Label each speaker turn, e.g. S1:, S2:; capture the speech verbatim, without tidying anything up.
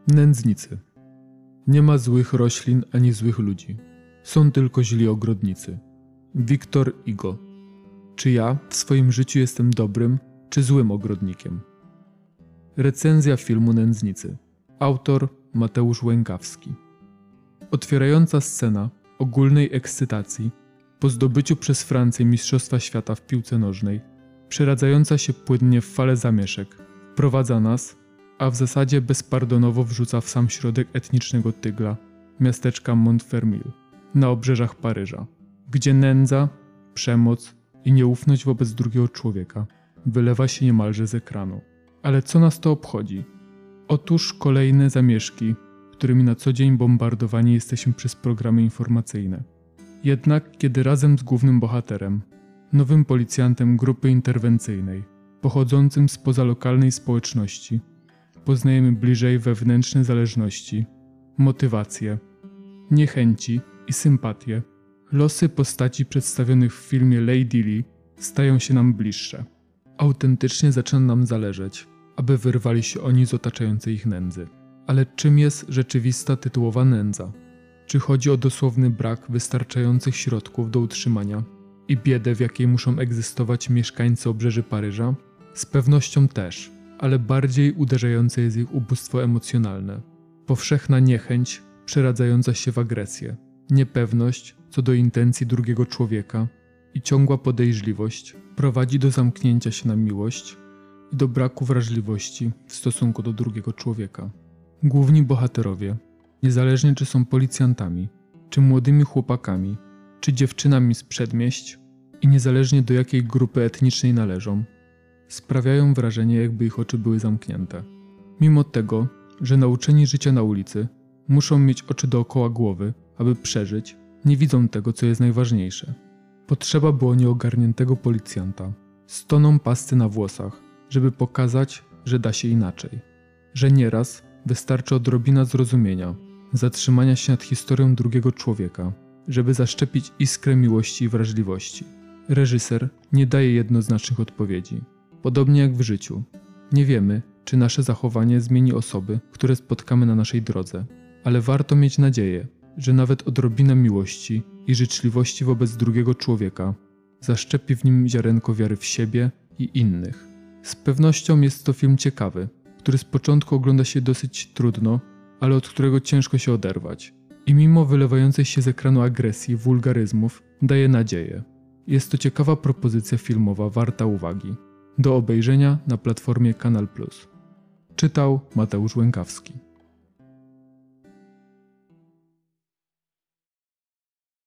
S1: Nędznicy. Nie ma złych roślin ani złych ludzi. Są tylko źli ogrodnicy. Victor Hugo. Czy ja w swoim życiu jestem dobrym czy złym ogrodnikiem? Recenzja filmu Nędznicy. Autor Mateusz Łękawski. Otwierająca scena ogólnej ekscytacji po zdobyciu przez Francję Mistrzostwa Świata w piłce nożnej, przeradzająca się płynnie w falę zamieszek, wprowadza nas, a w zasadzie bezpardonowo wrzuca w sam środek etnicznego tygla, miasteczka Montfermeil, na obrzeżach Paryża, gdzie nędza, przemoc i nieufność wobec drugiego człowieka wylewa się niemalże z ekranu. Ale co nas to obchodzi? Otóż kolejne zamieszki, którymi na co dzień bombardowani jesteśmy przez programy informacyjne. Jednak kiedy razem z głównym bohaterem, nowym policjantem grupy interwencyjnej, pochodzącym spoza lokalnej społeczności, poznajemy bliżej wewnętrzne zależności, motywacje, niechęci i sympatie, losy postaci przedstawionych w filmie Lady Lee stają się nam bliższe. Autentycznie zaczyna nam zależeć, aby wyrwali się oni z otaczającej ich nędzy. Ale czym jest rzeczywista tytułowa nędza? Czy chodzi o dosłowny brak wystarczających środków do utrzymania i biedę, w jakiej muszą egzystować mieszkańcy obrzeży Paryża? Z pewnością też, ale bardziej uderzające jest ich ubóstwo emocjonalne. Powszechna niechęć przeradzająca się w agresję, niepewność co do intencji drugiego człowieka i ciągła podejrzliwość prowadzi do zamknięcia się na miłość i do braku wrażliwości w stosunku do drugiego człowieka. Główni bohaterowie, niezależnie czy są policjantami, czy młodymi chłopakami, czy dziewczynami z przedmieść i niezależnie do jakiej grupy etnicznej należą, sprawiają wrażenie, jakby ich oczy były zamknięte. Mimo tego, że nauczeni życia na ulicy muszą mieć oczy dookoła głowy, aby przeżyć, nie widzą tego, co jest najważniejsze. Potrzeba było nieogarniętego policjanta z toną pasty na włosach, żeby pokazać, że da się inaczej. Że nieraz wystarczy odrobina zrozumienia, zatrzymania się nad historią drugiego człowieka, żeby zaszczepić iskrę miłości i wrażliwości. Reżyser nie daje jednoznacznych odpowiedzi. Podobnie jak w życiu. Nie wiemy, czy nasze zachowanie zmieni osoby, które spotkamy na naszej drodze, ale warto mieć nadzieję, że nawet odrobina miłości i życzliwości wobec drugiego człowieka zaszczepi w nim ziarenko wiary w siebie i innych. Z pewnością jest to film ciekawy, który z początku ogląda się dosyć trudno, ale od którego ciężko się oderwać. I mimo wylewającej się z ekranu agresji, wulgaryzmów, daje nadzieję. Jest to ciekawa propozycja filmowa warta uwagi. Do obejrzenia na platformie Kanal plus. Czytał Mateusz Łękawski.